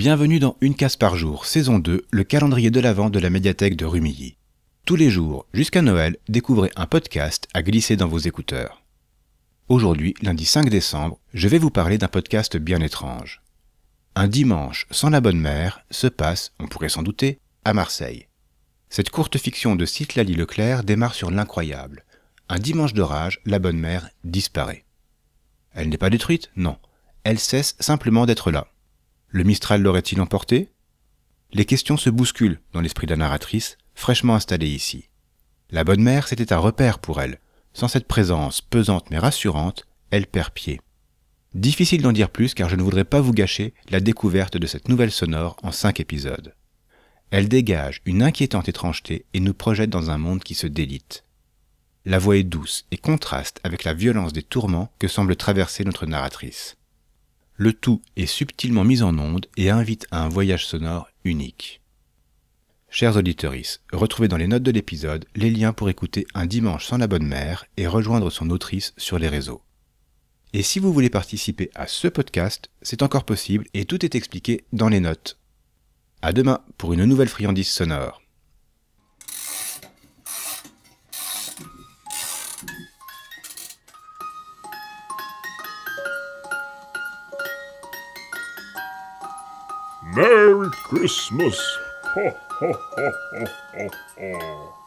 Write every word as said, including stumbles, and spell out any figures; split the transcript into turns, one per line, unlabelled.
Bienvenue dans Une case par jour, saison deux, le calendrier de l'Avent de la médiathèque de Rumilly. Tous les jours, jusqu'à Noël, découvrez un podcast à glisser dans vos écouteurs. Aujourd'hui, lundi cinq décembre, je vais vous parler d'un podcast bien étrange. Un dimanche sans la bonne mère se passe, on pourrait s'en douter, à Marseille. Cette courte fiction de Citlali Leclerc démarre sur l'incroyable. Un dimanche d'orage, la bonne mère disparaît. Elle n'est pas détruite, non. Elle cesse simplement d'être là. Le Mistral l'aurait-il emportée ? Les questions se bousculent dans l'esprit de la narratrice, fraîchement installée ici. La bonne mère, c'était un repère pour elle. Sans cette présence pesante mais rassurante, elle perd pied. Difficile d'en dire plus car je ne voudrais pas vous gâcher la découverte de cette nouvelle sonore en cinq épisodes. Elle dégage une inquiétante étrangeté et nous projette dans un monde qui se délite. La voix est douce et contraste avec la violence des tourments que semble traverser notre narratrice. Le tout est subtilement mis en onde et invite à un voyage sonore unique. Chers auditeurs, retrouvez dans les notes de l'épisode les liens pour écouter Un dimanche sans la bonne mère et rejoindre son autrice sur les réseaux. Et si vous voulez participer à ce podcast, c'est encore possible et tout est expliqué dans les notes. À demain pour une nouvelle friandise sonore.
Merry Christmas! Ho, ho, ho, ho, ho, ho.